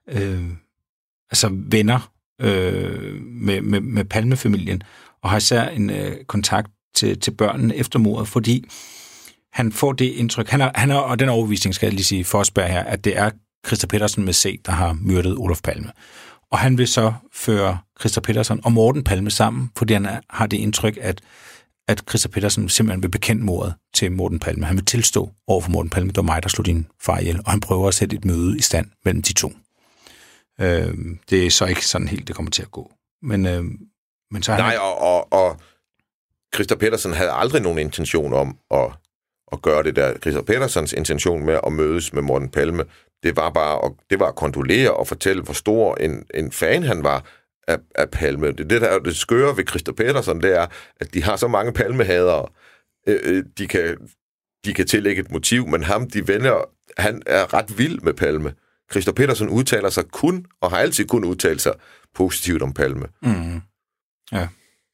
venner med Palme-familien, og har især en kontakt til børnene efter mordet, fordi han får det indtryk, han er, og den overbevisning skal jeg lige sige, Forsberg her, at det er Christer Pettersen med C, der har myrdet Olof Palme. Og han vil så føre Christer Pettersen og Morten Palme sammen, fordi han har det indtryk, at Christer Pettersen simpelthen vil bekende mordet til Morten Palme. Han vil tilstå over for Morten Palme, det var mig, der slog din far ihjel, og han prøver at sætte et møde i stand mellem de to. Det er så ikke sådan helt, det kommer til at gå. Men så Nej, og Christer Pettersen havde aldrig nogen intention om at gøre det der. Christer Pettersens intention med at mødes med Morten Palme, det var at kondolere og fortælle, hvor stor en fan han var af Palme. Det der er det skøre ved Christer Pettersen, det er, at de har så mange palmehadere, de kan tillægge et motiv, men han er ret vild med Palme. Christer Pettersen udtaler sig kun, og har altid kun udtalt sig positivt om Palme. Mm. Ja.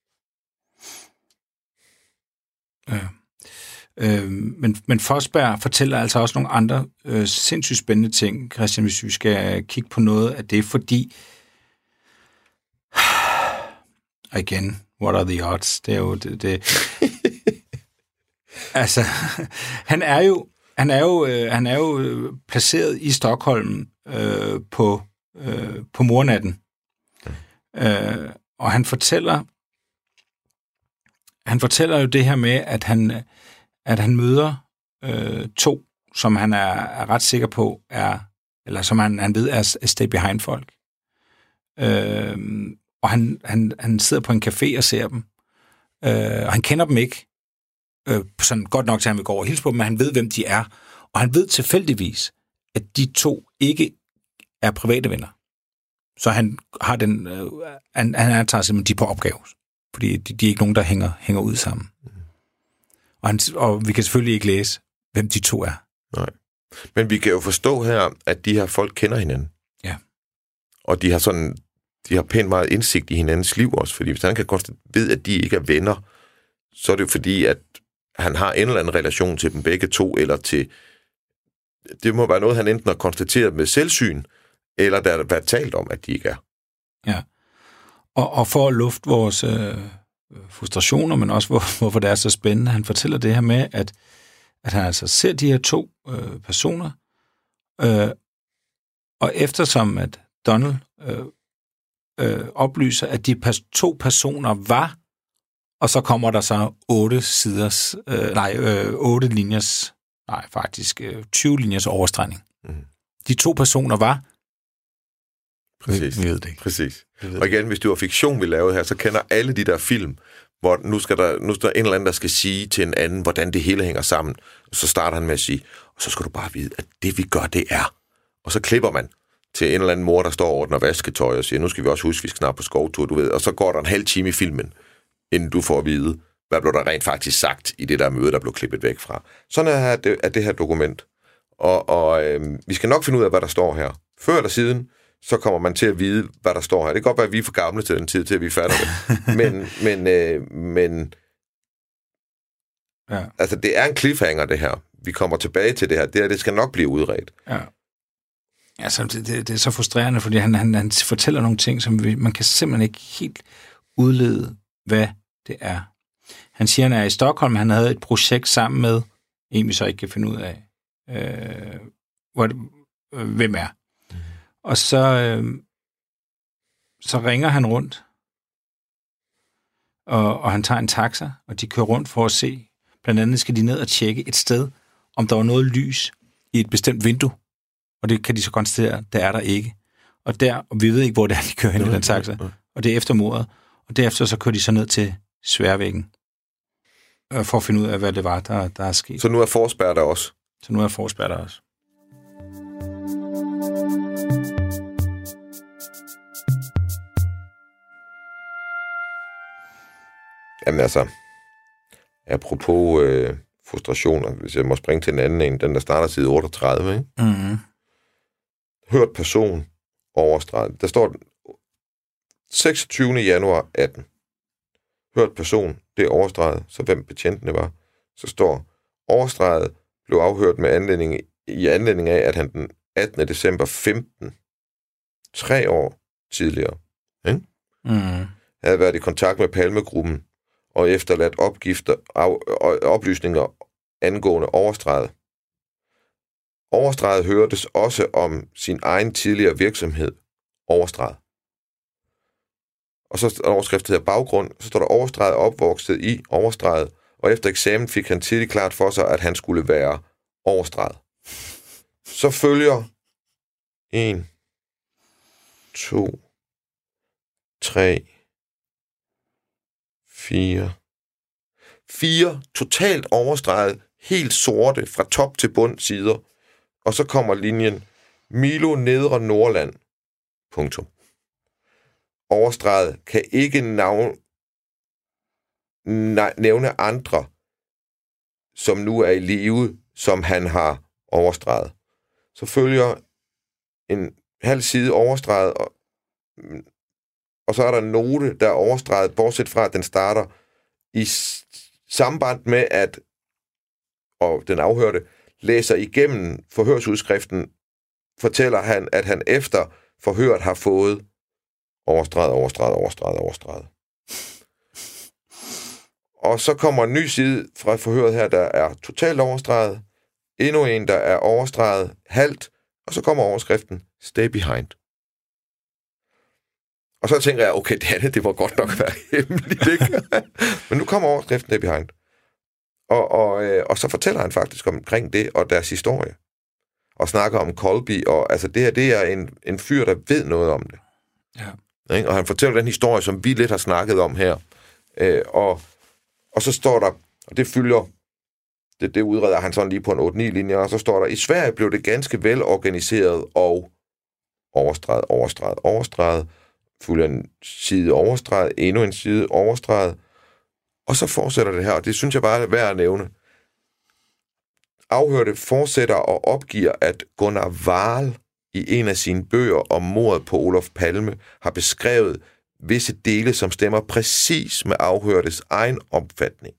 Ja. Men Forsberg fortæller altså også nogle andre sindssygt spændende ting, Christian, hvis vi skal kigge på noget af det, fordi igen, what are the odds? Det er jo det. Altså, han er jo placeret i Stockholm på mordnatten. Og han fortæller jo det her med, at han møder to, som han er ret sikker på eller som han ved er stay behind folk. Og han sidder på en café og ser dem. Og han kender dem ikke. Sådan godt nok til, at han vil gå over og hilse på dem, men han ved, hvem de er. Og han ved tilfældigvis, at de to ikke er private venner. Så han har han tager simpelthen de på opgave. Fordi de er ikke nogen, der hænger ud sammen. Og vi kan selvfølgelig ikke læse, hvem de to er. Nej. Men vi kan jo forstå her, at de her folk kender hinanden. Ja. Og de har pænt meget indsigt i hinandens liv også, fordi hvis han kan ved, at de ikke er venner, så er det jo fordi, at han har en eller anden relation til dem begge to, eller til... Det må være noget, han enten har konstateret med selvsyn, eller der har været talt om, at de ikke er. Ja. Og for at lufte vores frustrationer, men også hvorfor det er så spændende, han fortæller det her med, at han altså ser de her to personer, og eftersom at Donald oplyser, at de to personer var, og så kommer der så 20 linjers overstregning. Mm. De to personer var... Præcis. Vi ved det ikke. Præcis. Og igen, hvis det var fiktion, vi lavede her, så kender alle de der film, hvor nu skal der en eller anden, der skal sige til en anden, hvordan det hele hænger sammen. Så starter han med at sige, og så skal du bare vide, at det vi gør, det er. Og så klipper man til en eller anden mor, der står og ordner vasketøj og siger, nu skal vi også huske, vi skal snart på skovtur, du ved. Og så går der en halv time i filmen, inden du får at vide, hvad blev der rent faktisk sagt i det der møde, der blev klippet væk fra. Sådan er det her dokument. Og vi skal nok finde ud af, hvad der står her. Før eller siden, så kommer man til at vide, hvad der står her. Det kan godt være, at vi er for gamle til den tid, til at vi fatter det. Men ja. Altså, det er en cliffhanger, det her. Vi kommer tilbage til det her. Det skal nok blive udredt. Ja. Altså, det er så frustrerende, fordi han fortæller nogle ting, som man kan simpelthen ikke helt udlede, hvad det er. Han siger, at han er i Stockholm, han havde et projekt sammen med en, vi så ikke kan finde ud af, hvem er. Mm. Og så ringer han rundt, og han tager en taxa, og de kører rundt for at se. Blandt andet skal de ned og tjekke et sted, om der var noget lys i et bestemt vindue. Og det kan de så konstatere, der er der ikke. Og vi ved ikke, hvor det er, de kører hen i den taxa. Og det er efter mordet. Og derefter så kører de så ned til Sværvæggen, for at finde ud af, hvad det var, der er sket. Så nu er Forsberg der også? Så nu er Forsberg der også. Jamen altså, apropos frustrationer, hvis jeg må springe til en anden en, den der starter side 38, ikke? Mm-hmm. Hørt person overstreget. Der står 26. januar 18. Hørt person, det er overstreget, så hvem betjentene var. Så står overstreget blev afhørt med anledning af, at han den 18. december 15, 3 år tidligere, ikke? Havde været i kontakt med Palmegruppen og efterladt oplysninger angående overstreget. Overstreget hørtes også om sin egen tidligere virksomhed, overstreget. Og så er overskriftet her baggrund, så står der overstreget opvokset i overstreget, og efter eksamen fik han tidligt klart for sig, at han skulle være overstreget. Så følger 1, 2, 3, 4 totalt overstreget, helt sorte fra top til bund sider. Og så kommer linjen Milo Nedre Nordland. Punktum. Overstreget kan ikke nævne andre, som nu er i live, som han har overstreget. Så følger en halv side overstreget, og så er der en note, der er overstreget, bortset fra, at den starter i samband med, at og den afhørte læser igennem forhørsudskriften, fortæller han, at han efter forhøret har fået overstreget. Og så kommer en ny side fra forhøret her, der er totalt overstreget. Endnu en, der er overstreget halvt. Og så kommer overskriften Stay Behind. Og så tænker jeg, okay, det må godt nok være hemmeligt, ikke? Men nu kommer overskriften Stay Behind. Og så fortæller han faktisk omkring det og deres historie. Og snakker om Colby. Og altså det her, det er en fyr, der ved noget om det. Ja. Ikke? Og han fortæller den historie, som vi lidt har snakket om her. Og så står der, og det fylder, det udreder han sådan lige på en 8-9 linjer, og så står der, i Sverige blev det ganske velorganiseret og overstreget, fylder en side overstreget, endnu en side overstreget, og så fortsætter det her, og det synes jeg bare er værd at nævne. Afhørte fortsætter og opgiver, at Gunnar Wahl i en af sine bøger om mordet på Olof Palme har beskrevet visse dele, som stemmer præcis med afhørtes egen opfatning.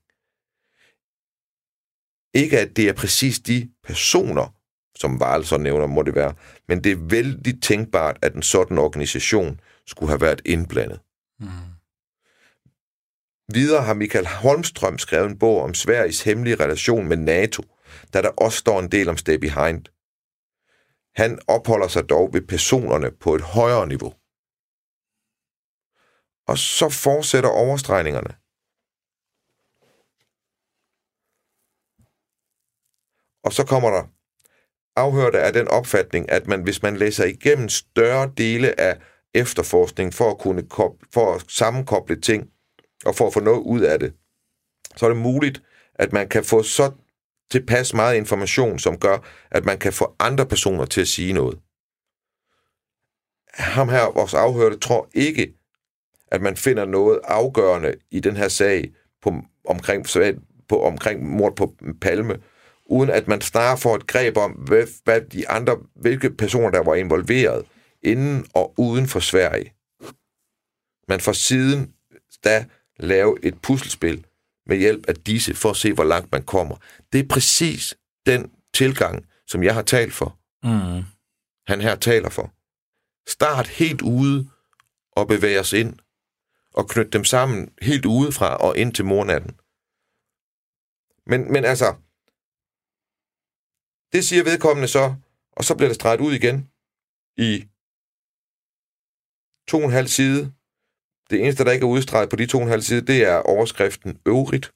Ikke at det er præcis de personer, som Wahl så nævner, må det være, men det er vældig tænkbart, at en sådan organisation skulle have været indblandet. Mm. Videre har Michael Holmström skrevet en bog om Sveriges hemmelige relation med NATO, der også står en del om Stay Behind. Han opholder sig dog ved personerne på et højere niveau. Og så fortsætter overstregningerne. Og så kommer der afhørte af den opfatning, at hvis man læser igennem større dele af efterforskning for at sammenkoble ting og for at få noget ud af det, så er det muligt, at man kan få så tilpas meget information, som gør, at man kan få andre personer til at sige noget. Ham her, vores afhørte, tror ikke, at man finder noget afgørende i den her sag omkring mord på Palme, uden at man snarere får et greb om, hvilke personer, der var involveret inden og uden for Sverige. Man får siden da lave et puslespil med hjælp af disse, for at se, hvor langt man kommer. Det er præcis den tilgang, som jeg har talt for. Mm. Han her taler for. Start helt ude og bevæge os ind, og knytte dem sammen helt udefra og ind til mornatten. Men altså, det siger vedkommende så, og så bliver det streget ud igen i 2,5 side. Det eneste, der ikke er udstreget på de 2,5 side, det er overskriften øvrigt.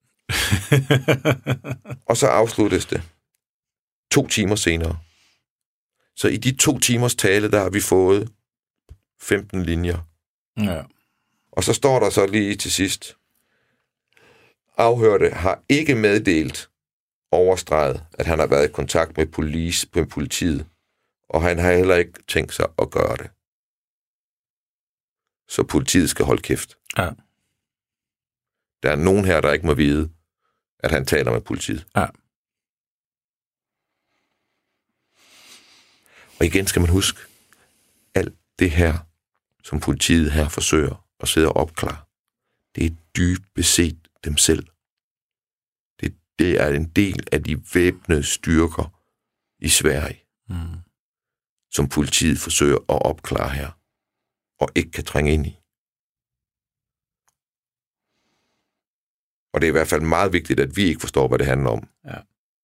Og så afsluttes det 2 timer senere. Så i de 2 timers tale, der har vi fået 15 linjer. Ja. Og så står der så lige til sidst, afhørte har ikke meddelt overstreget, at han har været i kontakt med politiet, og han har heller ikke tænkt sig at gøre det. Så politiet skal holde kæft. Ja. Der er nogen her, der ikke må vide, at han taler med politiet. Ja. Og igen skal man huske, alt det her, som politiet her forsøger at sidde og opklare, det er dybest set dem selv. Det er en del af de væbnede styrker i Sverige, som politiet forsøger at opklare her, og ikke kan trænge ind i. Og det er i hvert fald meget vigtigt, at vi ikke forstår, hvad det handler om. Ja.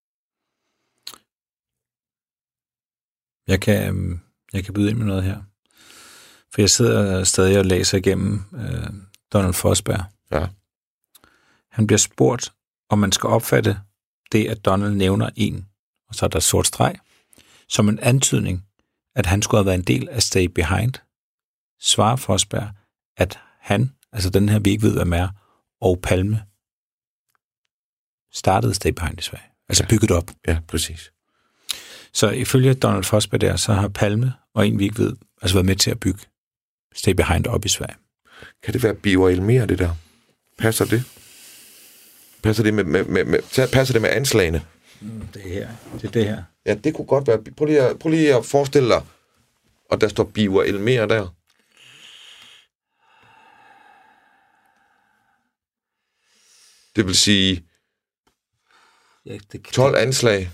Jeg kan byde ind med noget her. For jeg sidder stadig og læser igennem Donald Forsberg. Ja. Han bliver spurgt, om man skal opfatte det, at Donald nævner en, og så er der sort streg, som en antydning, at han skulle have været en del af Stay Behind. Svarer Forsberg, at han, altså den her, vi ikke ved, hvem er, og Palme startede Stay Behind i Sverige. Altså bygget op. Ja, præcis. Så ifølge Donald Forsberg der, så har Palme og en, vi ikke ved, altså været med til at bygge Stay Behind op i Sverige. Kan det være Birger Elmer, det der? Passer det? Passer det med anslagene? Det er her. Det er det her. Ja, det kunne godt være. Prøv lige at forestille dig, og der står Birger Elmer der. Det vil sige 12 anslag.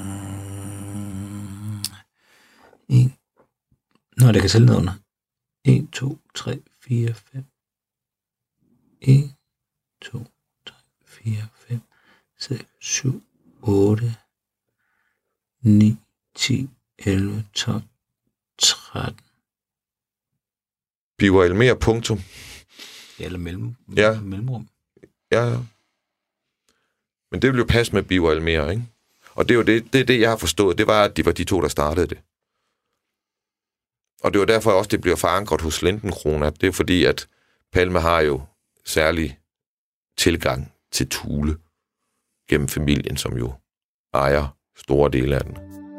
Nå, det kan tælle ned under. 1, 2, 3, 4, 5. 1, 2, 3, 4, 5, 6, 7, 8, 9, 10, 11, 12, 13. Birger Elmer, punktum. Ja, eller mellemrum. Ja. Men det vil jo passe med Birger Elmer, ikke? Og det er jo det, jeg har forstået. Det var, at de var de to, der startede det. Og det var derfor også, det bliver forankret hos Lindenkrona. Det er fordi, at Palme har jo særlig tilgang til Thule gennem familien, som jo ejer store dele af den.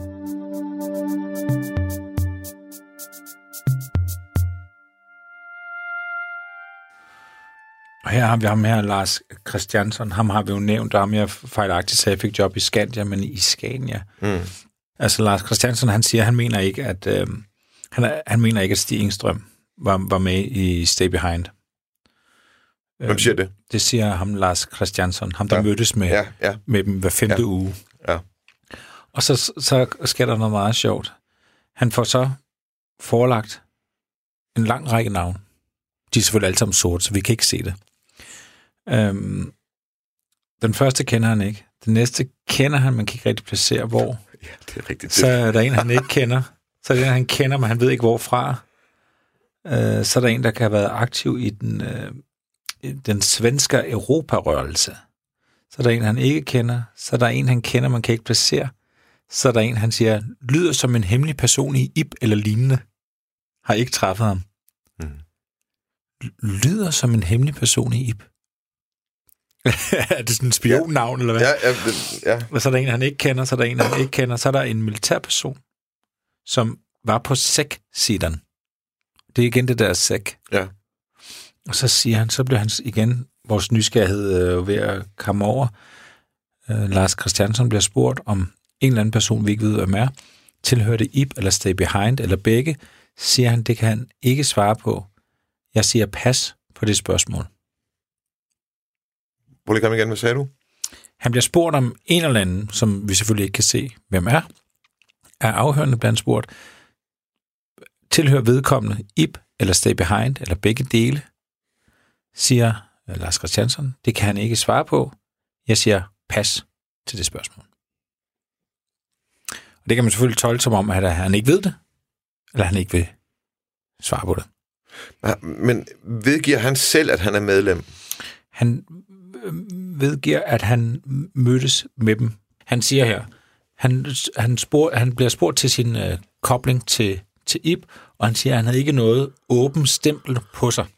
Og her har vi ham her, Lars Christiansson. Ham har vi jo nævnt, der har mere fejlagtigt, så jeg fik job i Skandia, men i Scania. Altså Lars Christiansson, han siger, han mener ikke, at Stig Engstrøm var med i Stay Behind. Hvem siger det? Det siger ham Lars Christiansson, ham der mødtes med dem hver 5. uge. Ja. Og så sker der noget meget sjovt. Han får så forelagt en lang række navne. De er selvfølgelig alle sammen sorte, så vi kan ikke se det. Den første kender han ikke. Den næste kender han, man kan ikke rigtig placere hvor. Ja, det er rigtigt. Så er der en, han ikke kender. Så er der en, han kender, men han ved ikke hvorfra. Så er der en, der kan have været aktiv i den svenske Europarørelse. Så er der en, han ikke kender. Så er der en, han kender, man kan ikke placere. Så er der en, han siger, lyder som en hemmelig person i IP eller lignende. Har ikke træffet ham. Lyder som en hemmelig person i IP. Er det sådan en spionnavn, eller hvad? Ja. Og så er der en, han ikke kender, så er der en, han ikke kender. Så er der en militærperson, som var på SEC-siden. Det er igen det der SEC. Ja. Og så siger han, så bliver han igen, vores nysgerrighed ved at komme over. Lars Christiansson bliver spurgt om en eller anden person, vi ikke ved, hvem er, tilhørte IP eller Stay Behind, eller begge, siger han, det kan han ikke svare på. Jeg siger pas på det spørgsmål. Prøv lige komme igen, hvad sagde du? Han bliver spurgt om en eller anden, som vi selvfølgelig ikke kan se, hvem er afhørende blandt spurgt, tilhører vedkommende IP eller Stay Behind, eller begge dele, siger Lars Christiansson. Det kan han ikke svare på. Jeg siger pas til det spørgsmål. Og det kan man selvfølgelig tolke som om, at han ikke ved det, eller han ikke vil svare på det. Men vedgiver han selv, at han er medlem? Han vedgiver, at han mødtes med dem. Han siger her, han bliver spurgt til sin kobling til IP, og han siger, at han havde ikke noget åbent stempel på sig.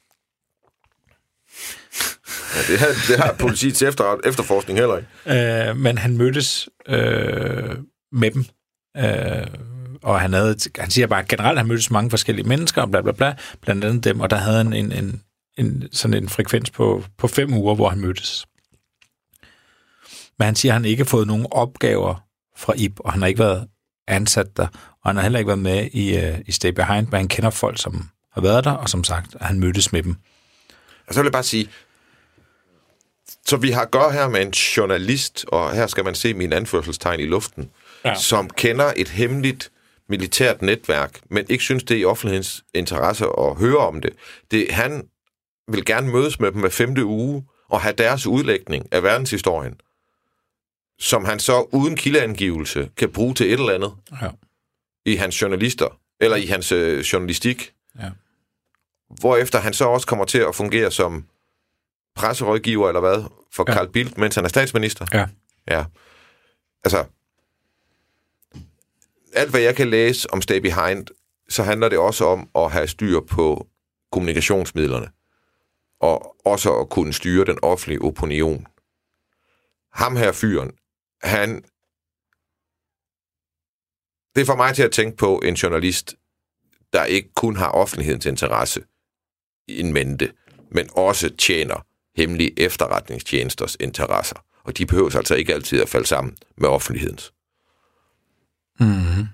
Ja, det har politiets efterforskning heller ikke. Men han mødtes med dem, og han siger bare generelt, at han mødtes mange forskellige mennesker, og bla bla bla, blandt andet dem, og der havde han sådan en frekvens på 5 uger, hvor han mødtes. Men han siger, at han ikke har fået nogen opgaver fra IP, og han har ikke været ansat der, og han har heller ikke været med i Stay Behind, men han kender folk, som har været der, og som sagt, at han mødtes med dem. Og så vil jeg bare sige, så vi har at gøre her med en journalist, og her skal man se mine anførselstegn i luften, som kender et hemmeligt militært netværk, men ikke synes, det er i offentlighedens interesse at høre om det. Han vil gerne mødes med dem hver 5. uge, og have deres udlægning af verdenshistorien, som han så uden kildeangivelse kan bruge til et eller andet i hans journalister, eller i hans journalistik. Ja. Hvorefter han så også kommer til at fungere som presserådgiver, eller hvad, for Carl Bildt, mens han er statsminister. Ja. Altså, alt hvad jeg kan læse om Stay Behind, så handler det også om at have styr på kommunikationsmidlerne. og også at kunne styre den offentlige opinion. Ham her fyren, det får mig til at tænke på en journalist, der ikke kun har offentlighedens interesse in mente, men også tjener hemmelige efterretningstjenesters interesser. Og de behøver altså ikke altid at falde sammen med offentlighedens. Mm-hmm.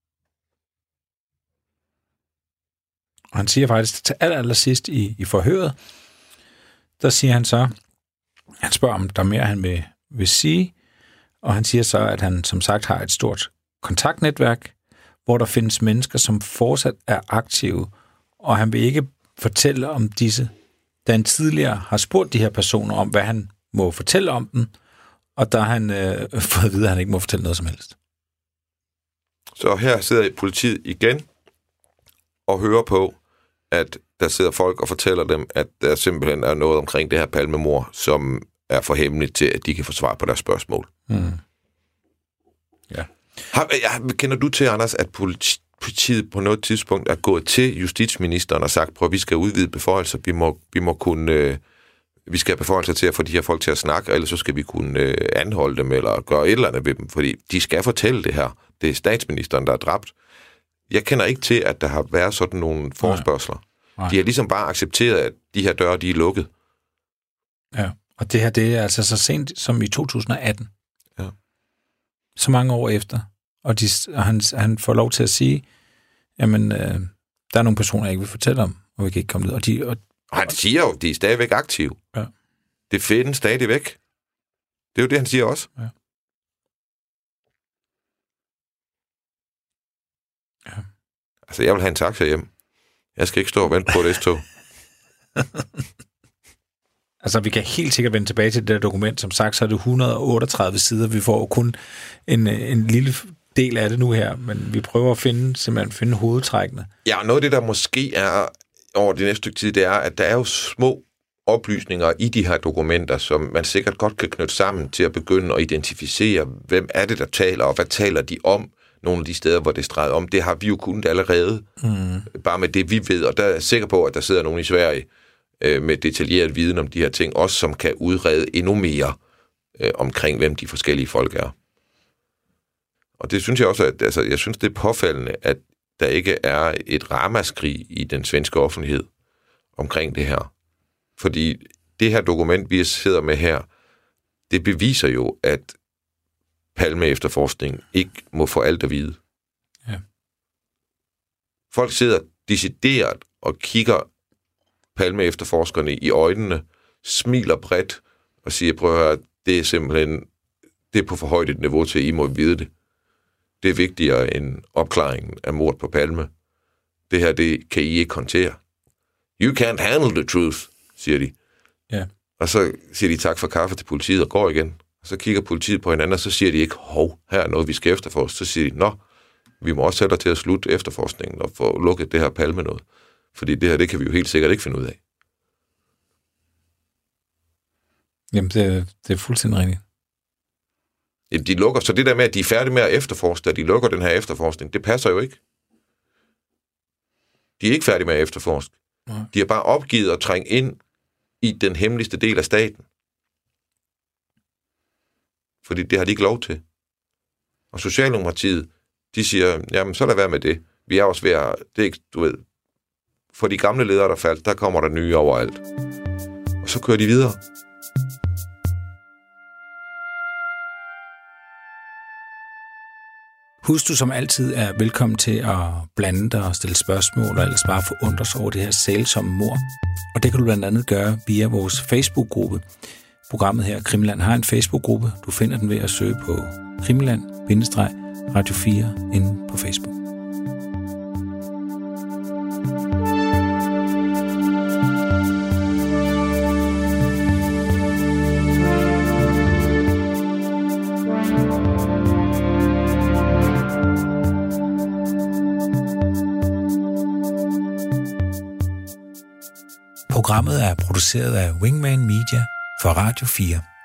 Og han siger faktisk til allersidst i forhøret, der siger han så, han spørger om der er mere, han vil sige, og han siger så, at han som sagt har et stort kontaktnetværk, hvor der findes mennesker, som fortsat er aktive, og han vil ikke fortælle om disse, da han tidligere har spurgt de her personer om, hvad han må fortælle om dem, og der har han fået at vide, at han ikke må fortælle noget som helst. Så her sidder politiet igen og hører på, at der sidder folk og fortæller dem, at der simpelthen er noget omkring det her Palmemord, som er for hemmeligt til, at de kan få svar på deres spørgsmål. Mm. Ja. Kender du til, Anders, at politiet på noget tidspunkt er gået til justitsministeren og sagt, prøv, vi skal udvide beføjelser, vi skal have beføjelser til at få de her folk til at snakke, eller så skal vi kunne anholde dem, eller gøre et eller andet ved dem, fordi de skal fortælle det her. Det er statsministeren, der er dræbt. Jeg kender ikke til, at der har været sådan nogle forespørgsler. Nej. De har ligesom bare accepteret, at de her døre, de er lukket. Ja, og det her, det er altså så sent som i 2018. Ja. Så mange år efter. Og han får lov til at sige, jamen, der er nogle personer, jeg ikke vil fortælle om, og vi kan ikke komme ud. Og han siger jo, de er stadigvæk aktive. Ja. Det findes stadigvæk. Det er jo det, han siger også. Ja. Ja. Altså, jeg vil have en taxa hjem. Jeg skal ikke stå og vente på det S-tog. Altså, vi kan helt sikkert vende tilbage til det der dokument. Som sagt, så er det 138 sider. Vi får kun en lille del af det nu her, men vi prøver at finde hovedtrækkene. Ja, noget af det, der måske er over det næste stykke tid, det er, at der er jo små oplysninger i de her dokumenter, som man sikkert godt kan knytte sammen til at begynde at identificere, hvem er det, der taler, og hvad taler de om. Nogle af de steder, hvor det streger om. Det har vi jo kunnet allerede, bare med det, vi ved. Og der er jeg sikker på, at der sidder nogen i Sverige med detaljeret viden om de her ting, også som kan udrede endnu mere omkring, hvem de forskellige folk er. Og det synes jeg også, at jeg synes, det er påfaldende, at der ikke er et ramaskrig i den svenske offentlighed omkring det her. Fordi det her dokument, vi sidder med her, det beviser jo, at Palme-efterforskning ikke må få alt at vide. Ja. Folk sidder decideret og kigger Palme-efterforskerne i øjnene, smiler bredt og siger, prøv at høre, det er simpelthen det er på for højt et niveau til, I må vide det. Det er vigtigere end opklaringen af mord på Palme. Det her, det kan I ikke håndtere. You can't handle the truth, siger de. Ja. Og så siger de tak for kaffe til politiet og går igen. Så kigger politiet på hinanden, og så siger de ikke, hov, her er noget, vi skal efterforske. Så siger de, nå, vi må også sætte dig til at slutte efterforskningen og få lukket det her Palme noget. Fordi det her, det kan vi jo helt sikkert ikke finde ud af. Jamen, det er fuldstændig rigtigt. Ja, de lukker, så det der med, at de er færdige med at efterforske, at de lukker den her efterforskning, det passer jo ikke. De er ikke færdige med at efterforske. Nej. De har bare opgivet at trænge ind i den hemmeligste del af staten. Fordi det har de ikke lov til. Og Socialdemokratiet, de siger, jamen så lad være med det. Vi er også ved at, det er ikke, du ved, for de gamle ledere, der faldt, der kommer der nye overalt. Og så kører de videre. Husk, du som altid er velkommen til at blande dig og stille spørgsmål, og ellers bare forundres over det her sælsomme mord. Og det kan du blandt andet gøre via vores Facebook-gruppe. Programmet her, Krimiland, har en Facebook-gruppe. Du finder den ved at søge på Krimiland-Radio 4 inde på Facebook. Programmet er produceret af Wingman Media for Radio 4.